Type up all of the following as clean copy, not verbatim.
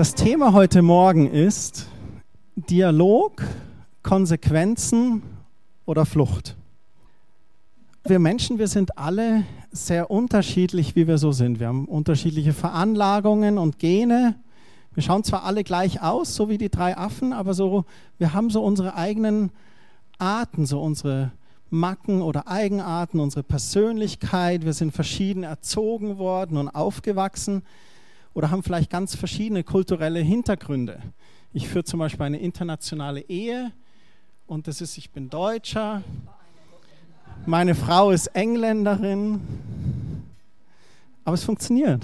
Das Thema heute Morgen ist Dialog, Konsequenzen oder Flucht. Wir Menschen, wir sind alle sehr unterschiedlich, wie wir so sind. Wir haben unterschiedliche Veranlagungen und Gene. Wir schauen zwar alle gleich aus, so wie die drei Affen, aber wir haben so unsere eigenen Arten, so unsere Macken oder Eigenarten, unsere Persönlichkeit. Wir sind verschieden erzogen worden und aufgewachsen oder haben vielleicht ganz verschiedene kulturelle Hintergründe. Ich führe zum Beispiel eine internationale Ehe und das ist, ich bin Deutscher, meine Frau ist Engländerin, aber es funktioniert.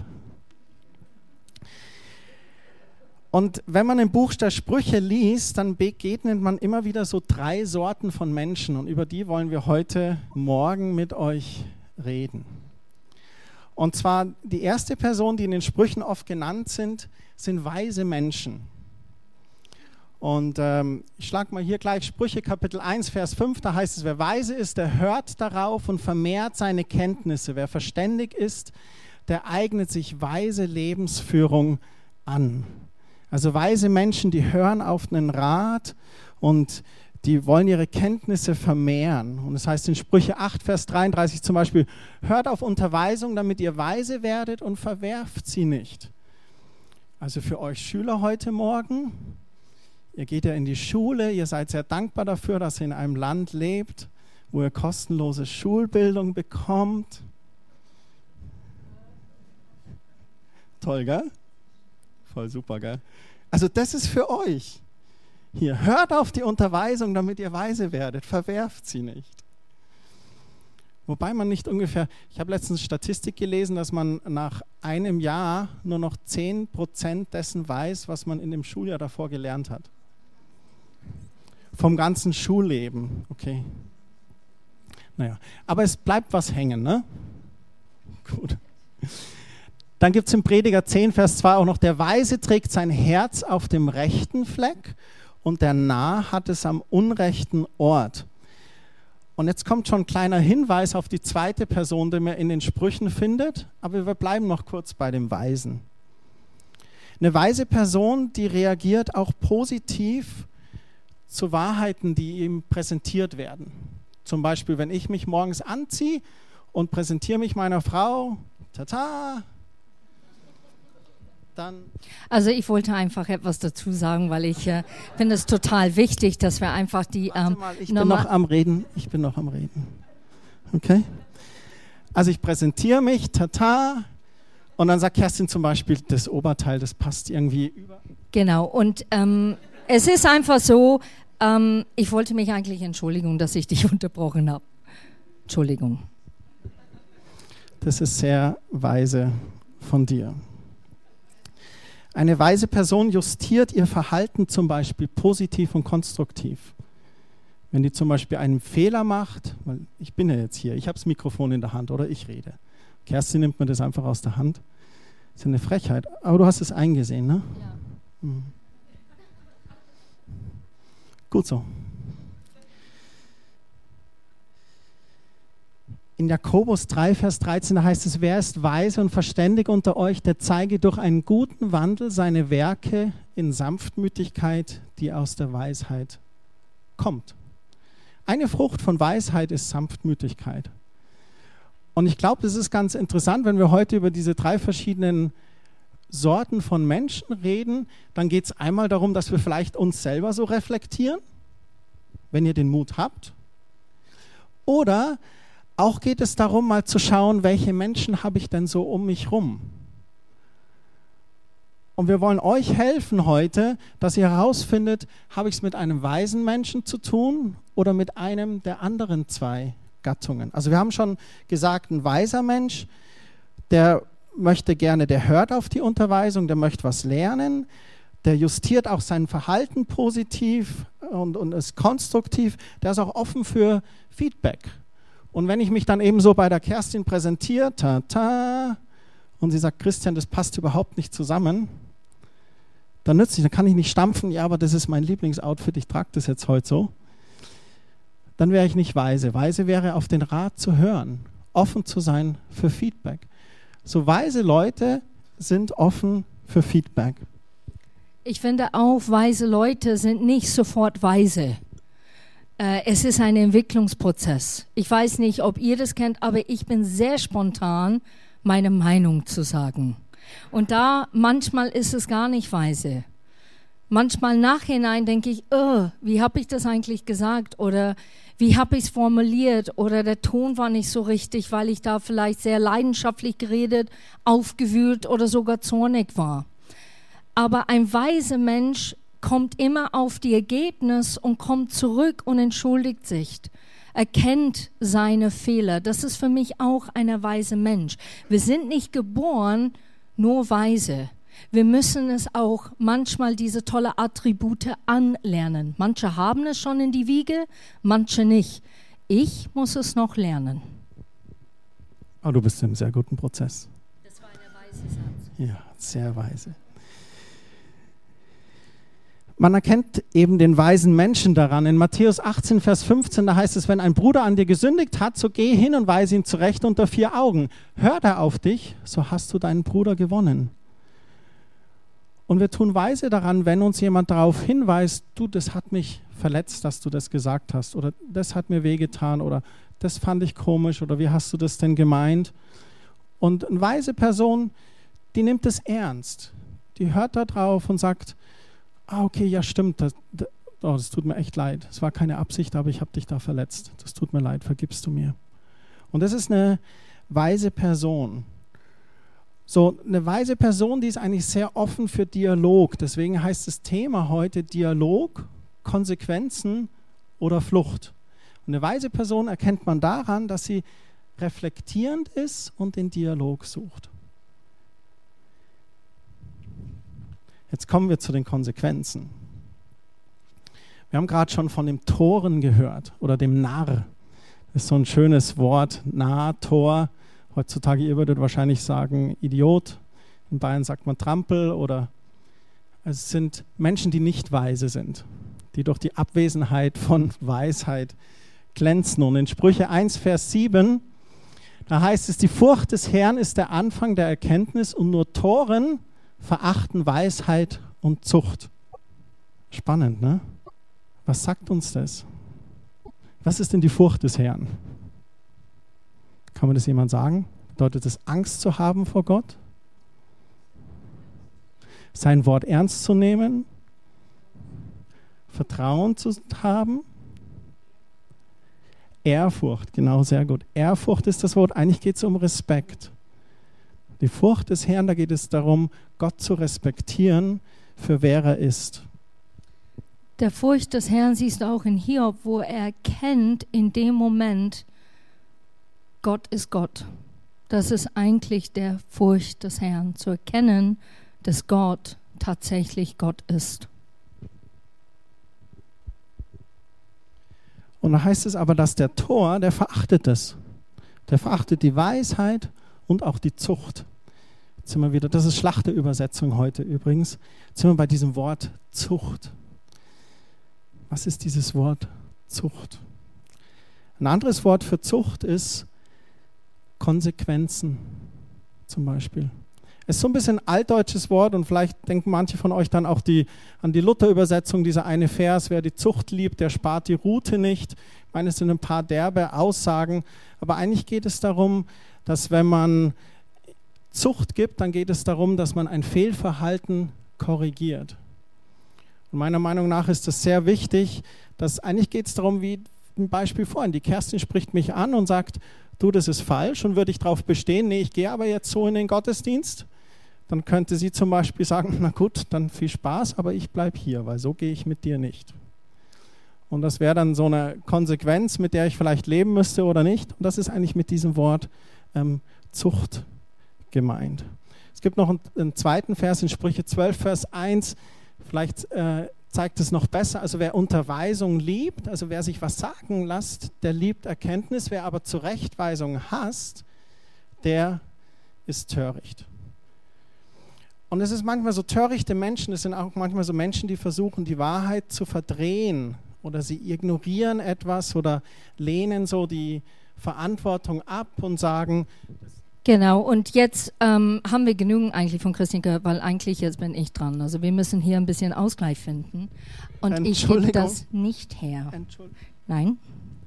Und wenn man im Buch der Sprüche liest, dann begegnet man immer wieder so 3 Sorten von Menschen und über die wollen wir heute Morgen mit euch reden. Und zwar die erste Person, die in den Sprüchen oft genannt sind weise Menschen. Und ich schlage mal hier gleich Sprüche Kapitel 1, Vers 5, da heißt es, wer weise ist, der hört darauf und vermehrt seine Kenntnisse. Wer verständig ist, der eignet sich weise Lebensführung an. Also weise Menschen, die hören auf einen Rat und die wollen ihre Kenntnisse vermehren. Und das heißt in Sprüche 8, Vers 33 zum Beispiel, hört auf Unterweisung, damit ihr weise werdet und verwerft sie nicht. Also für euch Schüler heute Morgen, ihr geht ja in die Schule, ihr seid sehr dankbar dafür, dass ihr in einem Land lebt, wo ihr kostenlose Schulbildung bekommt. Toll, gell? Voll super, gell? Also das ist für euch. Hier, hört auf die Unterweisung, damit ihr weise werdet. Verwerft sie nicht. Wobei man nicht ungefähr, ich habe letztens Statistik gelesen, dass man nach einem Jahr nur noch 10% dessen weiß, was man in dem Schuljahr davor gelernt hat. Vom ganzen Schulleben, okay. Naja, aber es bleibt was hängen, ne? Gut. Dann gibt es im Prediger 10, Vers 2 auch noch, der Weise trägt sein Herz auf dem rechten Fleck und der Narr hat es am unrechten Ort. Und jetzt kommt schon ein kleiner Hinweis auf die zweite Person, die man in den Sprüchen findet, aber wir bleiben noch kurz bei dem Weisen. Eine weise Person, die reagiert auch positiv zu Wahrheiten, die ihm präsentiert werden. Zum Beispiel, wenn ich mich morgens anziehe und präsentiere mich meiner Frau, tata, dann... Also ich wollte einfach etwas dazu sagen, weil ich finde es total wichtig, dass wir einfach die... ich bin noch am Reden. Okay? Also ich präsentiere mich, tata, und dann sagt Kerstin zum Beispiel, das Oberteil, das passt irgendwie über. Genau, und es ist einfach so, ich wollte mich eigentlich entschuldigen, dass ich dich unterbrochen habe. Entschuldigung. Das ist sehr weise von dir. Eine weise Person justiert ihr Verhalten zum Beispiel positiv und konstruktiv. Wenn die zum Beispiel einen Fehler macht, weil ich bin ja jetzt hier, ich habe das Mikrofon in der Hand oder ich rede. Kerstin nimmt mir das einfach aus der Hand. Das ist eine Frechheit. Aber du hast es eingesehen, ne? Ja. Mhm. Gut so. In Jakobus 3, Vers 13, da heißt es, wer ist weise und verständig unter euch, der zeige durch einen guten Wandel seine Werke in Sanftmütigkeit, die aus der Weisheit kommt. Eine Frucht von Weisheit ist Sanftmütigkeit. Und ich glaube, das ist ganz interessant, wenn wir heute über diese 3 verschiedenen Sorten von Menschen reden, dann geht es einmal darum, dass wir vielleicht uns selber so reflektieren, wenn ihr den Mut habt. Oder auch geht es darum, mal zu schauen, welche Menschen habe ich denn so um mich rum. Und wir wollen euch helfen heute, dass ihr herausfindet, habe ich es mit einem weisen Menschen zu tun oder mit einem der anderen 2 Gattungen. Also wir haben schon gesagt, ein weiser Mensch, der möchte gerne, der hört auf die Unterweisung, der möchte was lernen, der justiert auch sein Verhalten positiv und ist konstruktiv, der ist auch offen für Feedback. Und wenn ich mich dann eben so bei der Kerstin präsentiere, und sie sagt, Christian, das passt überhaupt nicht zusammen, dann nützt es, dann kann ich nicht stampfen, ja, aber das ist mein Lieblingsoutfit, ich trage das jetzt heute so. Dann wäre ich nicht weise. Weise wäre, auf den Rat zu hören, offen zu sein für Feedback. So weise Leute sind offen für Feedback. Ich finde auch, weise Leute sind nicht sofort weise. Es ist ein Entwicklungsprozess. Ich weiß nicht, ob ihr das kennt, aber ich bin sehr spontan, meine Meinung zu sagen. Und da manchmal ist es gar nicht weise. Manchmal nachhinein denke ich, wie habe ich das eigentlich gesagt? Oder wie habe ich es formuliert? Oder der Ton war nicht so richtig, weil ich da vielleicht sehr leidenschaftlich geredet, aufgewühlt oder sogar zornig war. Aber ein weiser Mensch kommt immer auf die Ergebnis und kommt zurück und entschuldigt sich. Er kennt seine Fehler. Das ist für mich auch ein weiser Mensch. Wir sind nicht geboren nur weise. Wir müssen es auch manchmal diese tolle Attribute anlernen. Manche haben es schon in die Wiege, manche nicht. Ich muss es noch lernen. Aber du bist im sehr guten Prozess. Das war eine weise Satz. Ja, sehr weise. Man erkennt eben den weisen Menschen daran. In Matthäus 18, Vers 15, da heißt es, wenn ein Bruder an dir gesündigt hat, so geh hin und weise ihn zurecht unter 4 Augen. Hört er auf dich, so hast du deinen Bruder gewonnen. Und wir tun weise daran, wenn uns jemand darauf hinweist, du, das hat mich verletzt, dass du das gesagt hast, oder das hat mir wehgetan, oder das fand ich komisch, oder wie hast du das denn gemeint? Und eine weise Person, die nimmt es ernst. Die hört da drauf und sagt, okay, ja stimmt, das tut mir echt leid. Es war keine Absicht, aber ich habe dich da verletzt. Das tut mir leid, vergibst du mir. Und das ist eine weise Person. So, eine weise Person, die ist eigentlich sehr offen für Dialog. Deswegen heißt das Thema heute Dialog, Konsequenzen oder Flucht. Und eine weise Person erkennt man daran, dass sie reflektierend ist und den Dialog sucht. Jetzt kommen wir zu den Konsequenzen. Wir haben gerade schon von dem Toren gehört oder dem Narr. Das ist so ein schönes Wort, Narr, Tor. Heutzutage, ihr würdet wahrscheinlich sagen Idiot. In Bayern sagt man Trampel oder es sind Menschen, die nicht weise sind, die durch die Abwesenheit von Weisheit glänzen. Und in Sprüche 1, Vers 7, da heißt es, die Furcht des Herrn ist der Anfang der Erkenntnis und nur Toren verachten Weisheit und Zucht. Spannend, ne? Was sagt uns das? Was ist denn die Furcht des Herrn? Kann mir das jemand sagen? Bedeutet es, Angst zu haben vor Gott? Sein Wort ernst zu nehmen? Vertrauen zu haben? Ehrfurcht, genau, sehr gut. Ehrfurcht ist das Wort, eigentlich geht es um Respekt. Die Furcht des Herrn, da geht es darum, Gott zu respektieren, für wer er ist. Der Furcht des Herrn siehst du auch in Hiob, wo er erkennt in dem Moment, Gott ist Gott. Das ist eigentlich der Furcht des Herrn, zu erkennen, dass Gott tatsächlich Gott ist. Und da heißt es aber, dass der Tor, der verachtet es. Der verachtet die Weisheit und auch die Zucht. Jetzt sind wir wieder, das ist Schlachterübersetzung heute übrigens. Jetzt sind wir bei diesem Wort Zucht. Was ist dieses Wort Zucht? Ein anderes Wort für Zucht ist Konsequenzen zum Beispiel. Es ist so ein bisschen ein altdeutsches Wort und vielleicht denken manche von euch dann auch an die Luther-Übersetzung, dieser eine Vers, wer die Zucht liebt, der spart die Rute nicht. Ich meine, es sind ein paar derbe Aussagen, aber eigentlich geht es darum, dass wenn man Zucht gibt, dann geht es darum, dass man ein Fehlverhalten korrigiert. Und meiner Meinung nach ist das sehr wichtig, dass eigentlich geht es darum, wie ein Beispiel vorhin, die Kerstin spricht mich an und sagt, du, das ist falsch und würde ich darauf bestehen, nee, ich gehe aber jetzt so in den Gottesdienst, dann könnte sie zum Beispiel sagen, na gut, dann viel Spaß, aber ich bleibe hier, weil so gehe ich mit dir nicht. Und das wäre dann so eine Konsequenz, mit der ich vielleicht leben müsste oder nicht. Und das ist eigentlich mit diesem Wort Zucht gemeint. Es gibt noch einen zweiten Vers in Sprüche 12, Vers 1, vielleicht zeigt es noch besser, also wer Unterweisung liebt, also wer sich was sagen lässt, der liebt Erkenntnis, wer aber Zurechtweisung hasst, der ist töricht. Und es ist manchmal so törichte Menschen, es sind auch manchmal so Menschen, die versuchen, die Wahrheit zu verdrehen oder sie ignorieren etwas oder lehnen so die Verantwortung ab und sagen, Genau, und jetzt haben wir genügend eigentlich von Christine gehört, weil eigentlich jetzt bin ich dran. Also wir müssen hier ein bisschen Ausgleich finden. Und ich gebe das nicht her. Nein.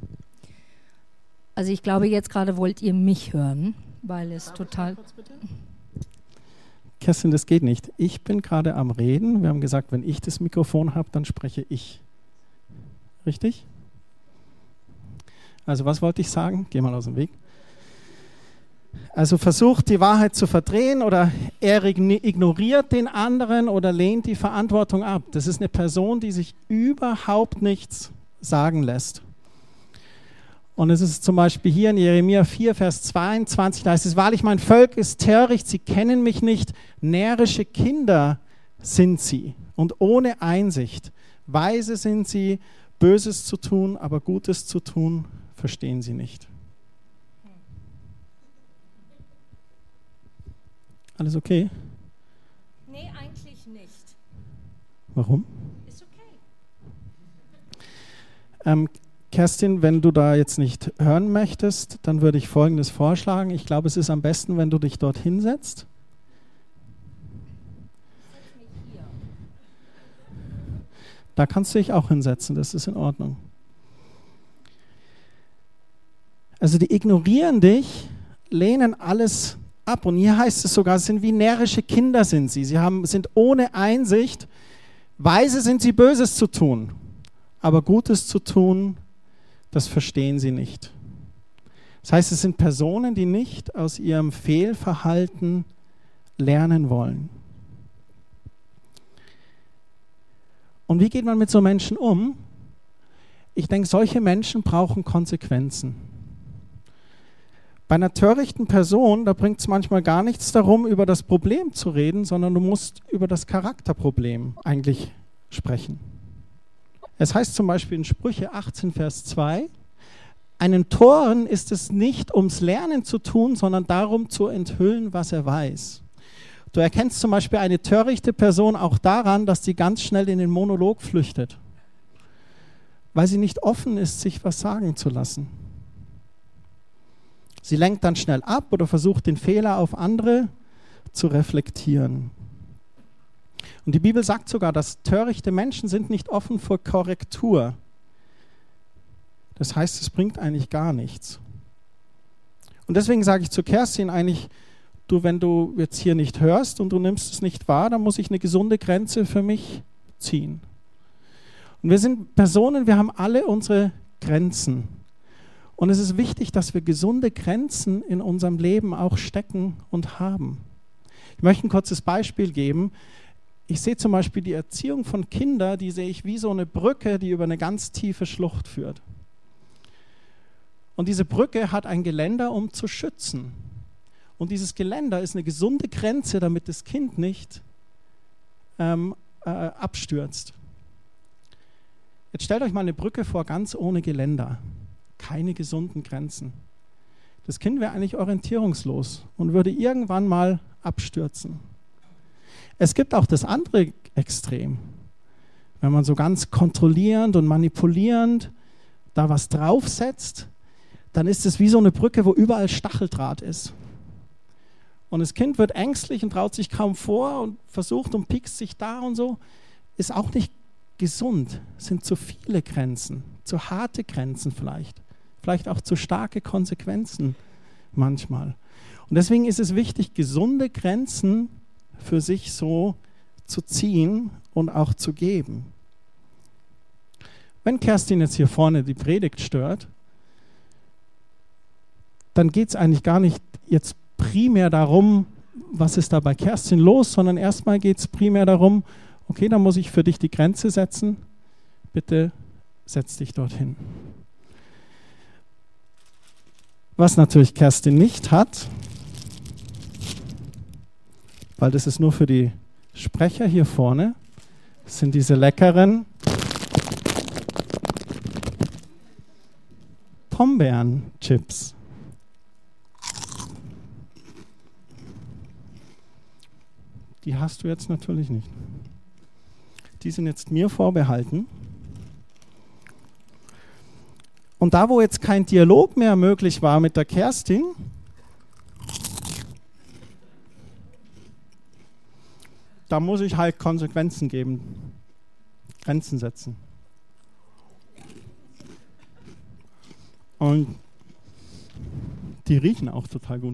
Also ich glaube, jetzt gerade wollt ihr mich hören, weil es total... Kerstin, das geht nicht. Ich bin gerade am Reden. Wir haben gesagt, wenn ich das Mikrofon habe, dann spreche ich. Richtig? Also was wollte ich sagen? Geh mal aus dem Weg. Also versucht die Wahrheit zu verdrehen oder er ignoriert den anderen oder lehnt die Verantwortung ab. Das ist eine Person, die sich überhaupt nichts sagen lässt. Und es ist zum Beispiel hier in Jeremia 4, Vers 22, da heißt es, wahrlich, mein Volk ist töricht, sie kennen mich nicht, närrische Kinder sind sie und ohne Einsicht. Weise sind sie, Böses zu tun, aber Gutes zu tun, verstehen sie nicht. Alles okay? Nee, eigentlich nicht. Warum? Ist okay. Kerstin, wenn du da jetzt nicht hören möchtest, dann würde ich Folgendes vorschlagen. Ich glaube, es ist am besten, wenn du dich dort hinsetzt. Da kannst du dich auch hinsetzen, das ist in Ordnung. Also die ignorieren dich, lehnen alles ab. Und hier heißt es sogar, es sind wie närrische Kinder sind sie. Sie sind ohne Einsicht. Weise sind sie, Böses zu tun. Aber Gutes zu tun, das verstehen sie nicht. Das heißt, es sind Personen, die nicht aus ihrem Fehlverhalten lernen wollen. Und wie geht man mit so Menschen um? Ich denke, solche Menschen brauchen Konsequenzen. Bei einer törichten Person, da bringt es manchmal gar nichts darum, über das Problem zu reden, sondern du musst über das Charakterproblem eigentlich sprechen. Es heißt zum Beispiel in Sprüche 18, Vers 2, einen Toren ist es nicht ums Lernen zu tun, sondern darum zu enthüllen, was er weiß. Du erkennst zum Beispiel eine törichte Person auch daran, dass sie ganz schnell in den Monolog flüchtet, weil sie nicht offen ist, sich was sagen zu lassen. Sie lenkt dann schnell ab oder versucht, den Fehler auf andere zu reflektieren. Und die Bibel sagt sogar, dass törichte Menschen sind nicht offen vor Korrektur. Das heißt, es bringt eigentlich gar nichts. Und deswegen sage ich zu Kerstin eigentlich, du, wenn du jetzt hier nicht hörst und du nimmst es nicht wahr, dann muss ich eine gesunde Grenze für mich ziehen. Und wir sind Personen, wir haben alle unsere Grenzen. Und es ist wichtig, dass wir gesunde Grenzen in unserem Leben auch stecken und haben. Ich möchte ein kurzes Beispiel geben. Ich sehe zum Beispiel die Erziehung von Kindern, die sehe ich wie so eine Brücke, die über eine ganz tiefe Schlucht führt. Und diese Brücke hat ein Geländer, um zu schützen. Und dieses Geländer ist eine gesunde Grenze, damit das Kind nicht abstürzt. Jetzt stellt euch mal eine Brücke vor, ganz ohne Geländer. Keine gesunden Grenzen. Das Kind wäre eigentlich orientierungslos und würde irgendwann mal abstürzen. Es gibt auch das andere Extrem. Wenn man so ganz kontrollierend und manipulierend da was draufsetzt, dann ist es wie so eine Brücke, wo überall Stacheldraht ist. Und das Kind wird ängstlich und traut sich kaum vor und versucht und piekst sich da und so. Ist auch nicht gesund. Es sind zu viele Grenzen, zu harte Grenzen vielleicht. Vielleicht auch zu starke Konsequenzen manchmal. Und deswegen ist es wichtig, gesunde Grenzen für sich so zu ziehen und auch zu geben. Wenn Kerstin jetzt hier vorne die Predigt stört, dann geht es eigentlich gar nicht jetzt primär darum, was ist da bei Kerstin los, sondern erstmal geht es primär darum, okay, dann muss ich für dich die Grenze setzen, bitte setz dich dorthin. Was natürlich Kerstin nicht hat, weil das ist nur für die Sprecher hier vorne, sind diese leckeren Pombeeren-Chips. Die hast du jetzt natürlich nicht. Die sind jetzt mir vorbehalten. Und da, wo jetzt kein Dialog mehr möglich war mit der Kerstin, da muss ich halt Konsequenzen geben, Grenzen setzen. Und die riechen auch total gut.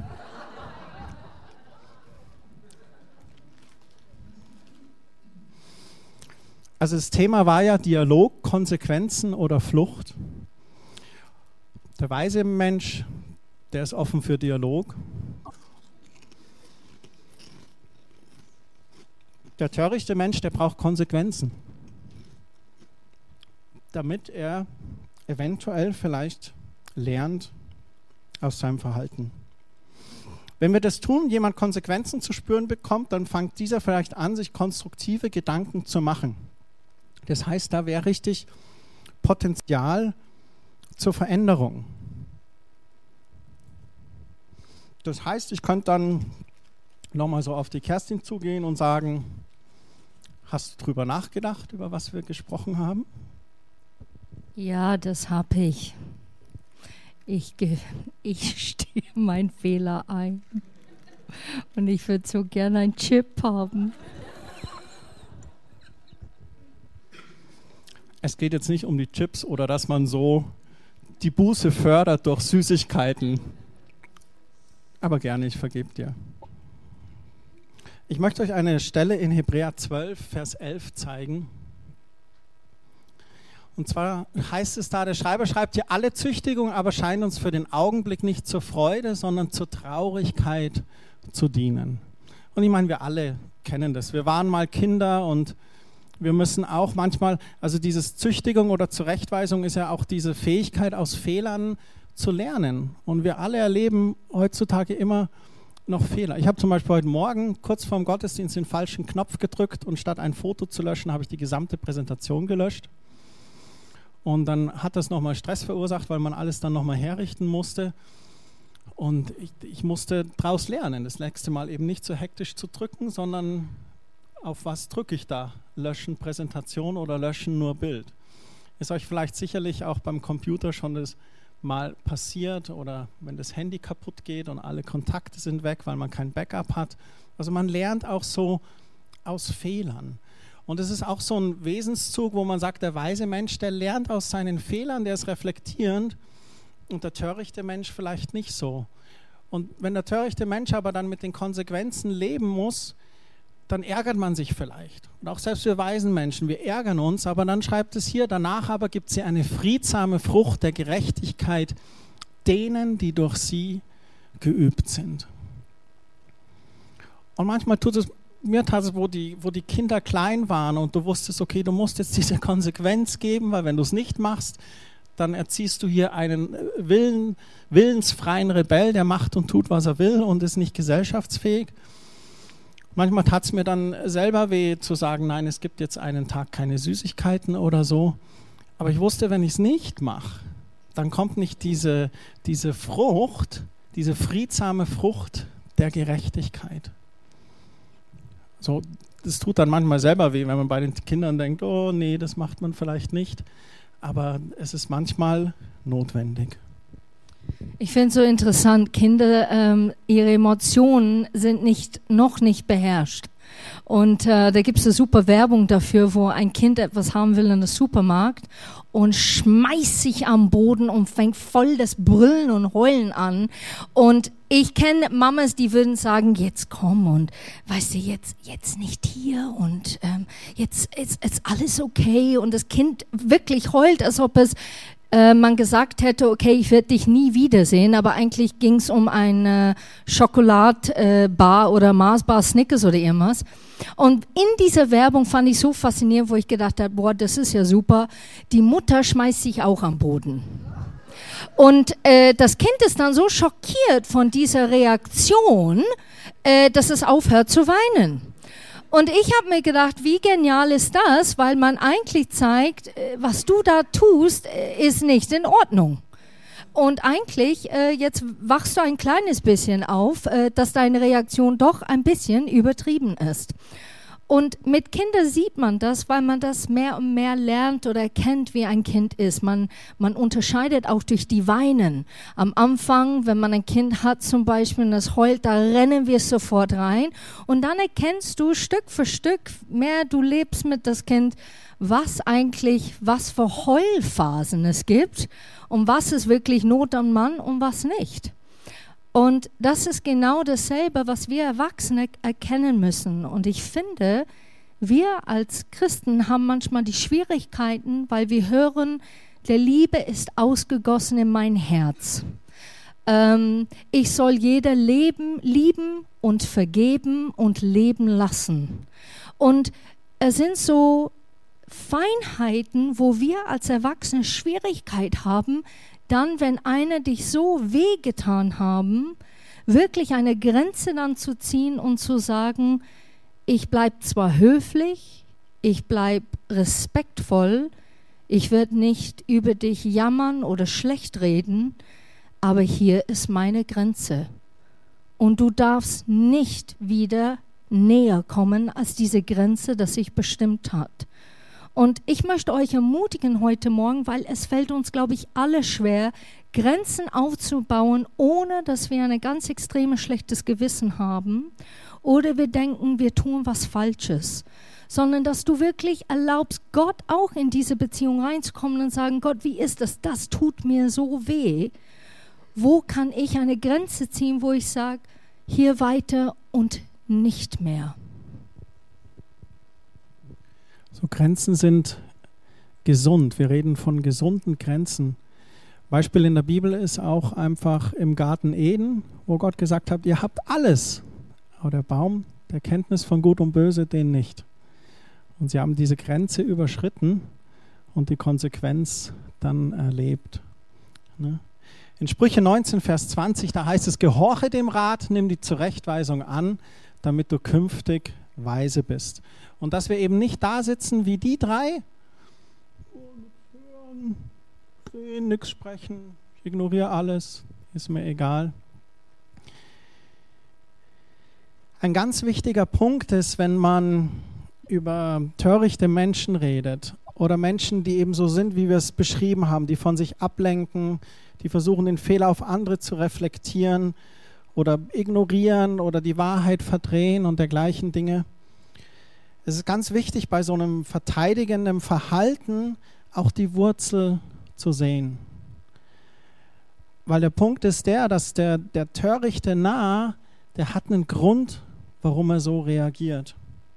Also das Thema war ja Dialog, Konsequenzen oder Flucht. Der weise Mensch, der ist offen für Dialog. Der törichte Mensch, der braucht Konsequenzen, damit er eventuell vielleicht lernt aus seinem Verhalten. Wenn wir das tun, jemand Konsequenzen zu spüren bekommt, dann fängt dieser vielleicht an, sich konstruktive Gedanken zu machen. Das heißt, da wäre richtig Potenzial zur Veränderung. Das heißt, ich könnte dann nochmal so auf die Kerstin zugehen und sagen, hast du drüber nachgedacht, über was wir gesprochen haben? Ja, das habe ich. Ich stehe meinen Fehler ein. Und ich würde so gerne einen Chip haben. Es geht jetzt nicht um die Chips oder dass man so die Buße fördert durch Süßigkeiten. Aber gerne, ich vergebe dir. Ich möchte euch eine Stelle in Hebräer 12, Vers 11 zeigen. Und zwar heißt es da, der Schreiber schreibt hier, alle Züchtigung aber scheint uns für den Augenblick nicht zur Freude, sondern zur Traurigkeit zu dienen. Und ich meine, wir alle kennen das. Wir waren mal Kinder und wir müssen auch manchmal, also dieses Züchtigung oder Zurechtweisung ist ja auch diese Fähigkeit, aus Fehlern zu lernen. Und wir alle erleben heutzutage immer noch Fehler. Ich habe zum Beispiel heute Morgen kurz vorm Gottesdienst den falschen Knopf gedrückt und statt ein Foto zu löschen, habe ich die gesamte Präsentation gelöscht. Und dann hat das nochmal Stress verursacht, weil man alles dann nochmal herrichten musste. Und ich musste daraus lernen, das nächste Mal eben nicht so hektisch zu drücken, sondern auf was drücke ich da? Löschen Präsentation oder löschen nur Bild? Ist euch vielleicht sicherlich auch beim Computer schon das mal passiert oder wenn das Handy kaputt geht und alle Kontakte sind weg, weil man kein Backup hat. Also man lernt auch so aus Fehlern. Und es ist auch so ein Wesenszug, wo man sagt, der weise Mensch, der lernt aus seinen Fehlern, der ist reflektierend und der törichte Mensch vielleicht nicht so. Und wenn der törichte Mensch aber dann mit den Konsequenzen leben muss, dann ärgert man sich vielleicht. Und auch selbst wir weisen Menschen, wir ärgern uns, aber dann schreibt es hier, danach aber gibt sie eine friedsame Frucht der Gerechtigkeit denen, die durch sie geübt sind. Und manchmal tut es, mir tat es, wo die Kinder klein waren und du wusstest, okay, du musst jetzt diese Konsequenz geben, weil wenn du es nicht machst, dann erziehst du hier einen willensfreien Rebell, der macht und tut, was er will und ist nicht gesellschaftsfähig. Manchmal tat es mir dann selber weh zu sagen, nein, es gibt jetzt einen Tag keine Süßigkeiten oder so. Aber ich wusste, wenn ich es nicht mache, dann kommt nicht diese Frucht, diese friedsame Frucht der Gerechtigkeit. So, das tut dann manchmal selber weh, wenn man bei den Kindern denkt, oh nee, das macht man vielleicht nicht. Aber es ist manchmal notwendig. Ich finde es so interessant, Kinder, ihre Emotionen sind noch nicht beherrscht. Und da gibt es eine super Werbung dafür, wo ein Kind etwas haben will in der Supermarkt und schmeißt sich am Boden und fängt voll das Brüllen und Heulen an. Und ich kenne Mamas, die würden sagen, jetzt komm und weißt du, jetzt nicht hier und jetzt ist alles okay. Und das Kind wirklich heult, als ob es man gesagt hätte, okay, ich werde dich nie wiedersehen, aber eigentlich ging es um eine Schokoladbar oder Mars-Bar, Snickers oder irgendwas. Und in dieser Werbung fand ich so faszinierend, wo ich gedacht habe, boah, das ist ja super, die Mutter schmeißt sich auch am Boden. Und das Kind ist dann so schockiert von dieser Reaktion, dass es aufhört zu weinen. Und ich habe mir gedacht, wie genial ist das, weil man eigentlich zeigt, was du da tust, ist nicht in Ordnung. Und eigentlich, jetzt wachst du ein kleines bisschen auf, dass deine Reaktion doch ein bisschen übertrieben ist. Und mit Kindern sieht man das, weil man das mehr und mehr lernt oder erkennt, wie ein Kind ist. Man unterscheidet auch durch die Weinen. Am Anfang, wenn man ein Kind hat zum Beispiel und das heult, da rennen wir sofort rein. Und dann erkennst du Stück für Stück, mehr du lebst mit das Kind, was für Heulphasen es gibt und was ist wirklich Not am Mann und was nicht. Und das ist genau dasselbe, was wir Erwachsene erkennen müssen. Und ich finde, wir als Christen haben manchmal die Schwierigkeiten, weil wir hören, der Liebe ist ausgegossen in mein Herz. Ich soll jeder lieben und vergeben und leben lassen. Und es sind so Feinheiten, wo wir als Erwachsene Schwierigkeit haben, dann, wenn einer dich so wehgetan haben, wirklich eine Grenze dann zu ziehen und zu sagen, ich bleibe zwar höflich, ich bleibe respektvoll, ich werde nicht über dich jammern oder schlecht reden, aber hier ist meine Grenze. Und du darfst nicht wieder näher kommen als diese Grenze, die sich bestimmt hat. Und ich möchte euch ermutigen heute Morgen, weil es fällt uns, glaube ich, alle schwer, Grenzen aufzubauen, ohne dass wir ein ganz extremes schlechtes Gewissen haben oder wir denken, wir tun was Falsches, sondern dass du wirklich erlaubst, Gott auch in diese Beziehung reinzukommen und sagen, Gott, wie ist das? Das tut mir so weh. Wo kann ich eine Grenze ziehen, wo ich sage, hier weiter und nicht mehr? So, Grenzen sind gesund. Wir reden von gesunden Grenzen. Beispiel in der Bibel ist auch einfach im Garten Eden, wo Gott gesagt hat, ihr habt alles, aber der Baum der Kenntnis von Gut und Böse, den nicht. Und sie haben diese Grenze überschritten und die Konsequenz dann erlebt. Ne? In Sprüche 19, Vers 20, da heißt es, gehorche dem Rat, nimm die Zurechtweisung an, damit du künftig weise bist. Und dass wir eben nicht da sitzen wie die drei, sehen, nichts sprechen, ich ignoriere alles, ist mir egal. Ein ganz wichtiger Punkt ist, wenn man über törichte Menschen redet oder Menschen, die eben so sind, wie wir es beschrieben haben, die von sich ablenken, die versuchen, den Fehler auf andere zu reflektieren oder ignorieren oder die Wahrheit verdrehen und dergleichen Dinge. Es ist ganz wichtig, bei so einem verteidigenden Verhalten auch die Wurzel zu sehen. Weil der Punkt ist dass der törichte Narr, der hat einen Grund, warum er so reagiert.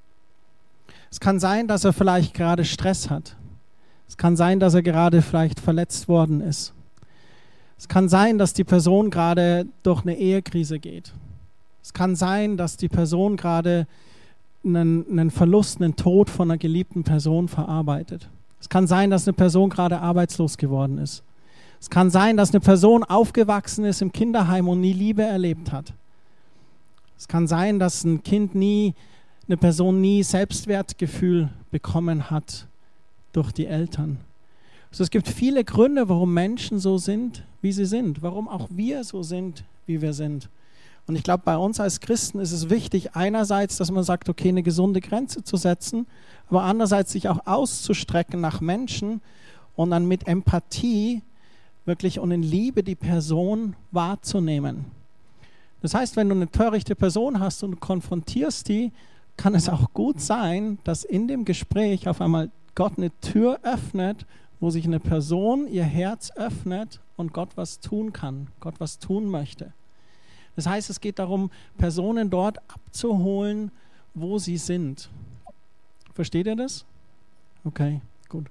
Es kann sein, dass er vielleicht gerade Stress hat. Es kann sein, dass er gerade vielleicht verletzt worden ist. Es kann sein, dass die Person gerade durch eine Ehekrise geht. Es kann sein, dass die Person gerade einen Verlust, einen Tod von einer geliebten Person verarbeitet. Es kann sein, dass eine Person gerade arbeitslos geworden ist. Es kann sein, dass eine Person aufgewachsen ist im Kinderheim und nie Liebe erlebt hat. Es kann sein, dass eine Person nie Selbstwertgefühl bekommen hat durch die Eltern. Also es gibt viele Gründe, warum Menschen so sind, wie sie sind. Warum auch wir so sind, wie wir sind. Und ich glaube, bei uns als Christen ist es wichtig, einerseits, dass man sagt, okay, eine gesunde Grenze zu setzen, aber andererseits sich auch auszustrecken nach Menschen und dann mit Empathie wirklich und in Liebe die Person wahrzunehmen. Das heißt, wenn du eine törichte Person hast und du konfrontierst die, kann es auch gut sein, dass in dem Gespräch auf einmal Gott eine Tür öffnet, wo sich eine Person ihr Herz öffnet und Gott was tun kann, Gott was tun möchte. Das heißt, es geht darum, Personen dort abzuholen, wo sie sind. Versteht ihr das? Okay, gut.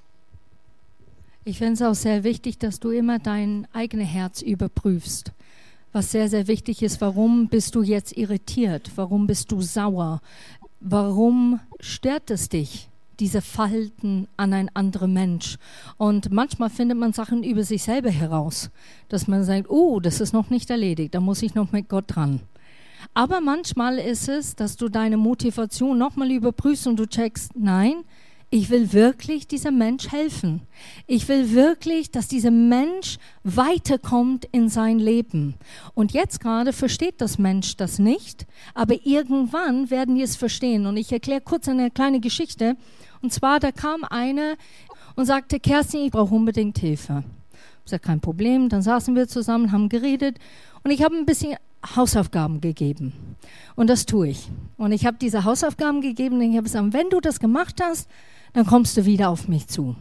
Ich finde es auch sehr wichtig, dass du immer dein eigenes Herz überprüfst. Was sehr, sehr wichtig ist, warum bist du jetzt irritiert? Warum bist du sauer? Warum stört es dich, diese Verhalten an einen anderen Mensch? Und manchmal findet man Sachen über sich selber heraus, dass man sagt, das ist noch nicht erledigt, da muss ich noch mit Gott dran. Aber manchmal ist es, dass du deine Motivation nochmal überprüfst und du checkst, nein, Ich will wirklich diesem Mensch helfen. Ich will wirklich, dass dieser Mensch weiterkommt in sein Leben. Und jetzt gerade versteht das Mensch das nicht, aber irgendwann werden die es verstehen. Und ich erkläre kurz eine kleine Geschichte. Und zwar, da kam eine und sagte, Kerstin, ich brauche unbedingt Hilfe. Ich sagte, kein Problem. Dann saßen wir zusammen, haben geredet und ich habe ein bisschen Hausaufgaben gegeben. Und das tue ich. Und ich habe diese Hausaufgaben gegeben und ich habe gesagt, wenn du das gemacht hast, dann kommst du wieder auf mich zu.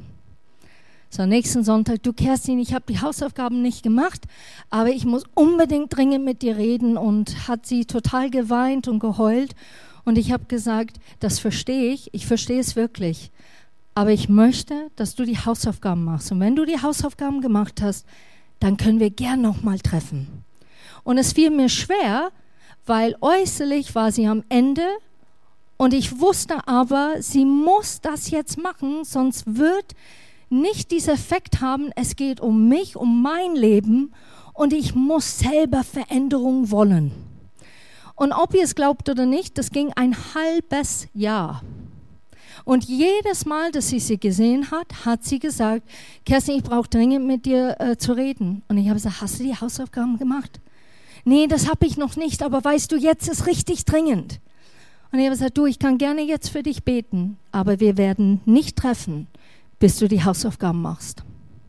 So, nächsten Sonntag, du Kerstin, ich habe die Hausaufgaben nicht gemacht, aber ich muss unbedingt dringend mit dir reden. Und hat sie total geweint und geheult. Und ich habe gesagt, das verstehe ich verstehe es wirklich. Aber ich möchte, dass du die Hausaufgaben machst. Und wenn du die Hausaufgaben gemacht hast, dann können wir gern nochmal treffen. Und es fiel mir schwer, weil äußerlich war sie am Ende. Und ich wusste aber, sie muss das jetzt machen, sonst wird nicht dieser Effekt haben, es geht um mich, um mein Leben und ich muss selber Veränderung wollen. Und ob ihr es glaubt oder nicht, das ging ein halbes Jahr. Und jedes Mal, dass sie gesehen hat, hat sie gesagt, Kerstin, ich brauche dringend mit dir zu reden. Und ich habe gesagt, hast du die Hausaufgaben gemacht? Nee, das habe ich noch nicht, aber weißt du, jetzt ist richtig dringend. Und ich habe gesagt, du, ich kann gerne jetzt für dich beten, aber wir werden nicht treffen, bis du die Hausaufgaben machst.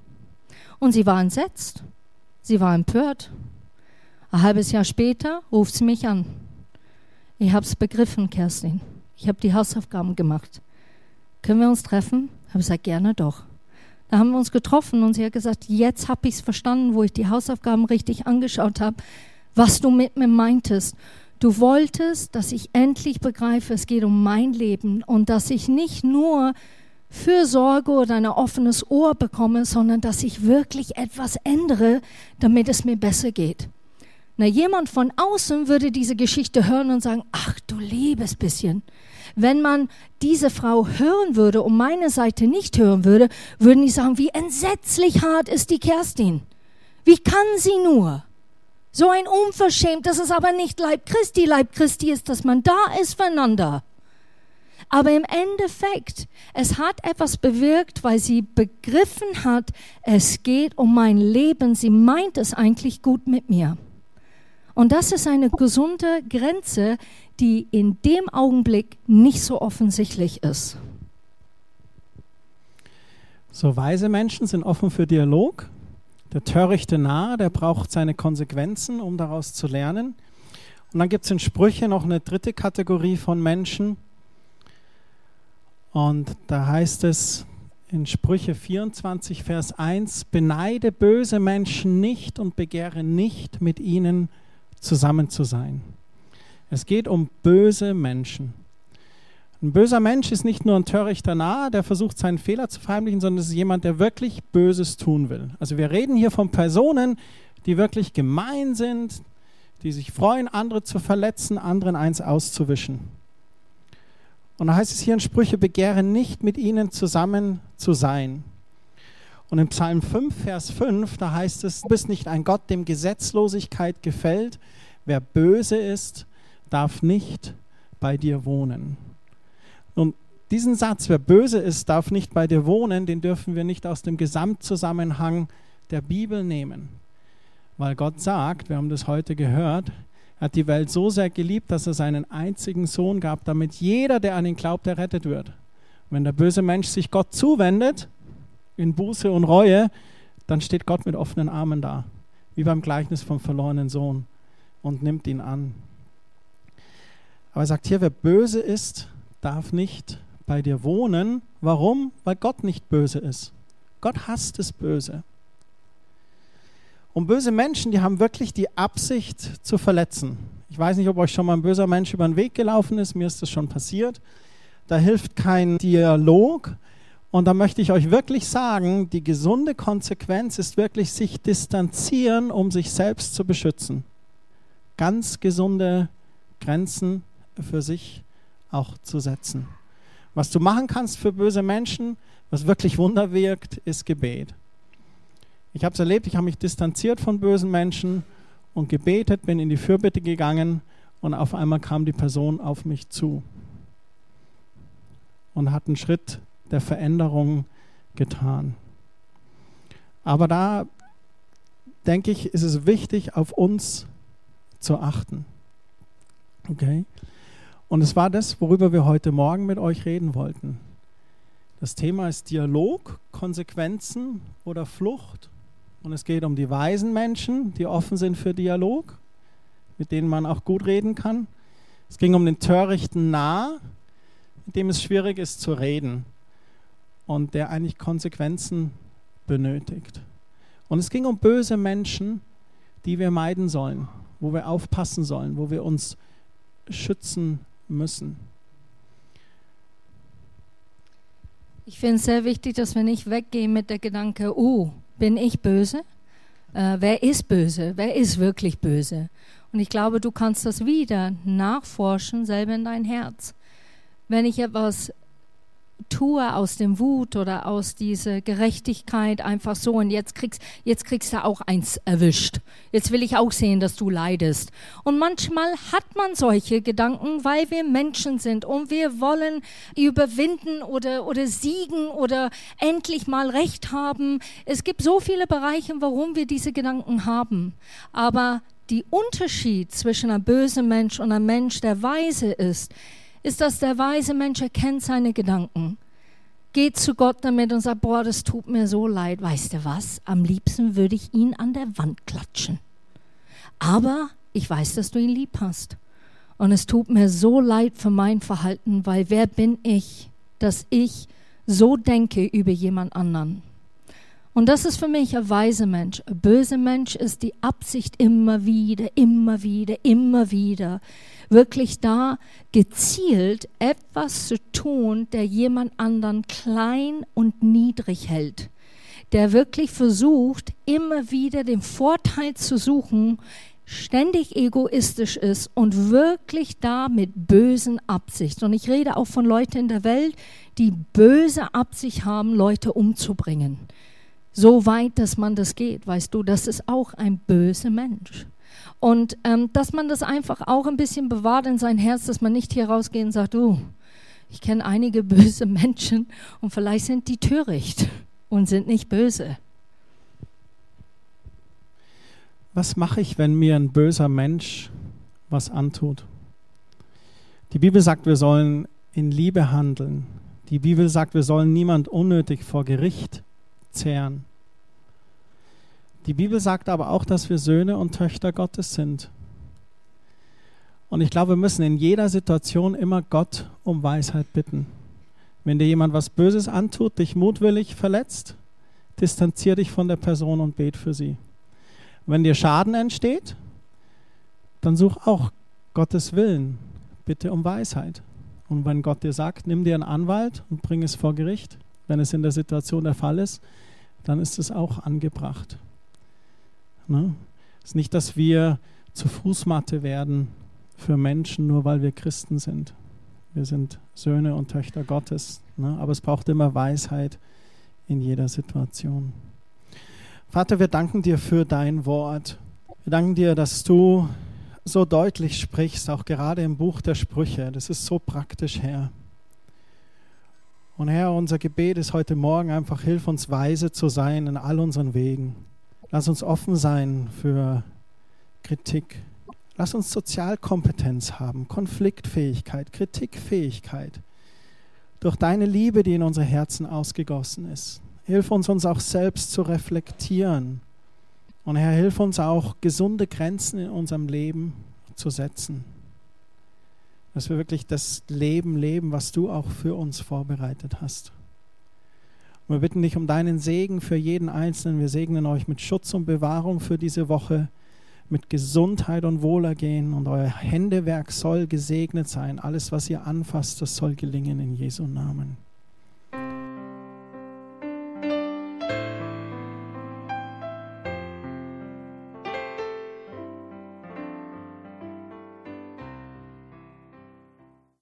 Und sie war entsetzt, sie war empört. Ein halbes Jahr später ruft sie mich an. Ich habe es begriffen, Kerstin. Ich habe die Hausaufgaben gemacht. Können wir uns treffen? Ich habe gesagt, gerne doch. Da haben wir uns getroffen und sie hat gesagt, jetzt habe ich es verstanden, wo ich die Hausaufgaben richtig angeschaut habe, was du mit mir meintest. Du wolltest, dass ich endlich begreife, es geht um mein Leben und dass ich nicht nur Fürsorge oder ein offenes Ohr bekomme, sondern dass ich wirklich etwas ändere, damit es mir besser geht. Na, jemand von außen würde diese Geschichte hören und sagen, ach du liebes bisschen. Wenn man diese Frau hören würde und meine Seite nicht hören würde, würden die sagen, wie entsetzlich hart ist die Kerstin. Wie kann sie nur? So ein Unverschämt, das ist aber nicht Leib Christi. Leib Christi ist, dass man da ist füreinander. Aber im Endeffekt, es hat etwas bewirkt, weil sie begriffen hat, es geht um mein Leben. Sie meint es eigentlich gut mit mir. Und das ist eine gesunde Grenze, die in dem Augenblick nicht so offensichtlich ist. So, weise Menschen sind offen für Dialog. Der törichte Narr, der braucht seine Konsequenzen, um daraus zu lernen. Und dann gibt es in Sprüche noch eine dritte Kategorie von Menschen. Und da heißt es in Sprüche 24, Vers 1, beneide böse Menschen nicht und begehre nicht, mit ihnen zusammen zu sein. Es geht um böse Menschen. Ein böser Mensch ist nicht nur ein törichter Narr, der versucht, seinen Fehler zu verheimlichen, sondern es ist jemand, der wirklich Böses tun will. Also wir reden hier von Personen, die wirklich gemein sind, die sich freuen, andere zu verletzen, anderen eins auszuwischen. Und da heißt es hier in Sprüche, begehre nicht, mit ihnen zusammen zu sein. Und in Psalm 5, Vers 5, da heißt es, du bist nicht ein Gott, dem Gesetzlosigkeit gefällt. Wer böse ist, darf nicht bei dir wohnen. Und diesen Satz, wer böse ist, darf nicht bei dir wohnen, den dürfen wir nicht aus dem Gesamtzusammenhang der Bibel nehmen. Weil Gott sagt, wir haben das heute gehört, er hat die Welt so sehr geliebt, dass er seinen einzigen Sohn gab, damit jeder, der an ihn glaubt, errettet wird. Und wenn der böse Mensch sich Gott zuwendet, in Buße und Reue, dann steht Gott mit offenen Armen da, wie beim Gleichnis vom verlorenen Sohn, und nimmt ihn an. Aber er sagt hier, wer böse ist, darf nicht bei dir wohnen. Warum? Weil Gott nicht böse ist. Gott hasst das Böse. Und böse Menschen, die haben wirklich die Absicht zu verletzen. Ich weiß nicht, ob euch schon mal ein böser Mensch über den Weg gelaufen ist. Mir ist das schon passiert. Da hilft kein Dialog. Und da möchte ich euch wirklich sagen, die gesunde Konsequenz ist wirklich sich distanzieren, um sich selbst zu beschützen. Ganz gesunde Grenzen für sich auch zu setzen. Was du machen kannst für böse Menschen, was wirklich Wunder wirkt, ist Gebet. Ich habe es erlebt, ich habe mich distanziert von bösen Menschen und gebetet, bin in die Fürbitte gegangen und auf einmal kam die Person auf mich zu und hat einen Schritt der Veränderung getan. Aber da, denke ich, ist es wichtig, auf uns zu achten. Okay? Und es war das, worüber wir heute Morgen mit euch reden wollten. Das Thema ist Dialog, Konsequenzen oder Flucht. Und es geht um die weisen Menschen, die offen sind für Dialog, mit denen man auch gut reden kann. Es ging um den törichten Narr, mit dem es schwierig ist zu reden und der eigentlich Konsequenzen benötigt. Und es ging um böse Menschen, die wir meiden sollen, wo wir aufpassen sollen, wo wir uns schützen müssen. Ich finde es sehr wichtig, dass wir nicht weggehen mit der Gedanke, bin ich böse? Wer ist böse? Wer ist wirklich böse? Und ich glaube, du kannst das wieder nachforschen, selber in dein Herz. Wenn ich etwas tue aus dem Wut oder aus dieser Gerechtigkeit einfach so und jetzt kriegst du auch eins erwischt. Jetzt will ich auch sehen, dass du leidest. Und manchmal hat man solche Gedanken, weil wir Menschen sind und wir wollen überwinden oder siegen oder endlich mal Recht haben. Es gibt so viele Bereiche, warum wir diese Gedanken haben. Aber der Unterschied zwischen einem bösen Mensch und einem Mensch, der weise ist, dass der weise Mensch erkennt seine Gedanken, geht zu Gott damit und sagt, das tut mir so leid. Weißt du was? Am liebsten würde ich ihn an der Wand klatschen. Aber ich weiß, dass du ihn lieb hast. Und es tut mir so leid für mein Verhalten, weil wer bin ich, dass ich so denke über jemand anderen? Und das ist für mich ein weiser Mensch. Ein böser Mensch ist die Absicht immer wieder, wirklich da gezielt etwas zu tun, der jemand anderen klein und niedrig hält. Der wirklich versucht, immer wieder den Vorteil zu suchen, ständig egoistisch ist und wirklich da mit bösen Absichten. Und ich rede auch von Leuten in der Welt, die böse Absicht haben, Leute umzubringen. So weit, dass man das geht, weißt du, das ist auch ein böser Mensch. Und dass man das einfach auch ein bisschen bewahrt in sein Herz, dass man nicht hier rausgeht und sagt, ich kenne einige böse Menschen und vielleicht sind die töricht und sind nicht böse. Was mache ich, wenn mir ein böser Mensch was antut? Die Bibel sagt, wir sollen in Liebe handeln. Die Bibel sagt, wir sollen niemand unnötig vor Gericht zehren. Die Bibel sagt aber auch, dass wir Söhne und Töchter Gottes sind. Und ich glaube, wir müssen in jeder Situation immer Gott um Weisheit bitten. Wenn dir jemand was Böses antut, dich mutwillig verletzt, distanzier dich von der Person und bet für sie. Wenn dir Schaden entsteht, dann such auch Gottes Willen. Bitte um Weisheit. Und wenn Gott dir sagt, nimm dir einen Anwalt und bring es vor Gericht, wenn es in der Situation der Fall ist, dann ist es auch angebracht. Ne? Es ist nicht, dass wir zur Fußmatte werden für Menschen, nur weil wir Christen sind. Wir sind Söhne und Töchter Gottes, ne? Aber es braucht immer Weisheit in jeder Situation. Vater, wir danken dir für dein Wort. Wir danken dir, dass du so deutlich sprichst, auch gerade im Buch der Sprüche. Das ist so praktisch, Herr. Und Herr, unser Gebet ist heute Morgen einfach, hilf uns weise zu sein in all unseren Wegen. Lass uns offen sein für Kritik. Lass uns Sozialkompetenz haben, Konfliktfähigkeit, Kritikfähigkeit. Durch deine Liebe, die in unsere Herzen ausgegossen ist. Hilf uns auch selbst zu reflektieren. Und Herr, hilf uns auch, gesunde Grenzen in unserem Leben zu setzen. Dass wir wirklich das Leben leben, was du auch für uns vorbereitet hast. Und wir bitten dich um deinen Segen für jeden Einzelnen. Wir segnen euch mit Schutz und Bewahrung für diese Woche, mit Gesundheit und Wohlergehen. Und euer Händewerk soll gesegnet sein. Alles, was ihr anfasst, das soll gelingen in Jesu Namen.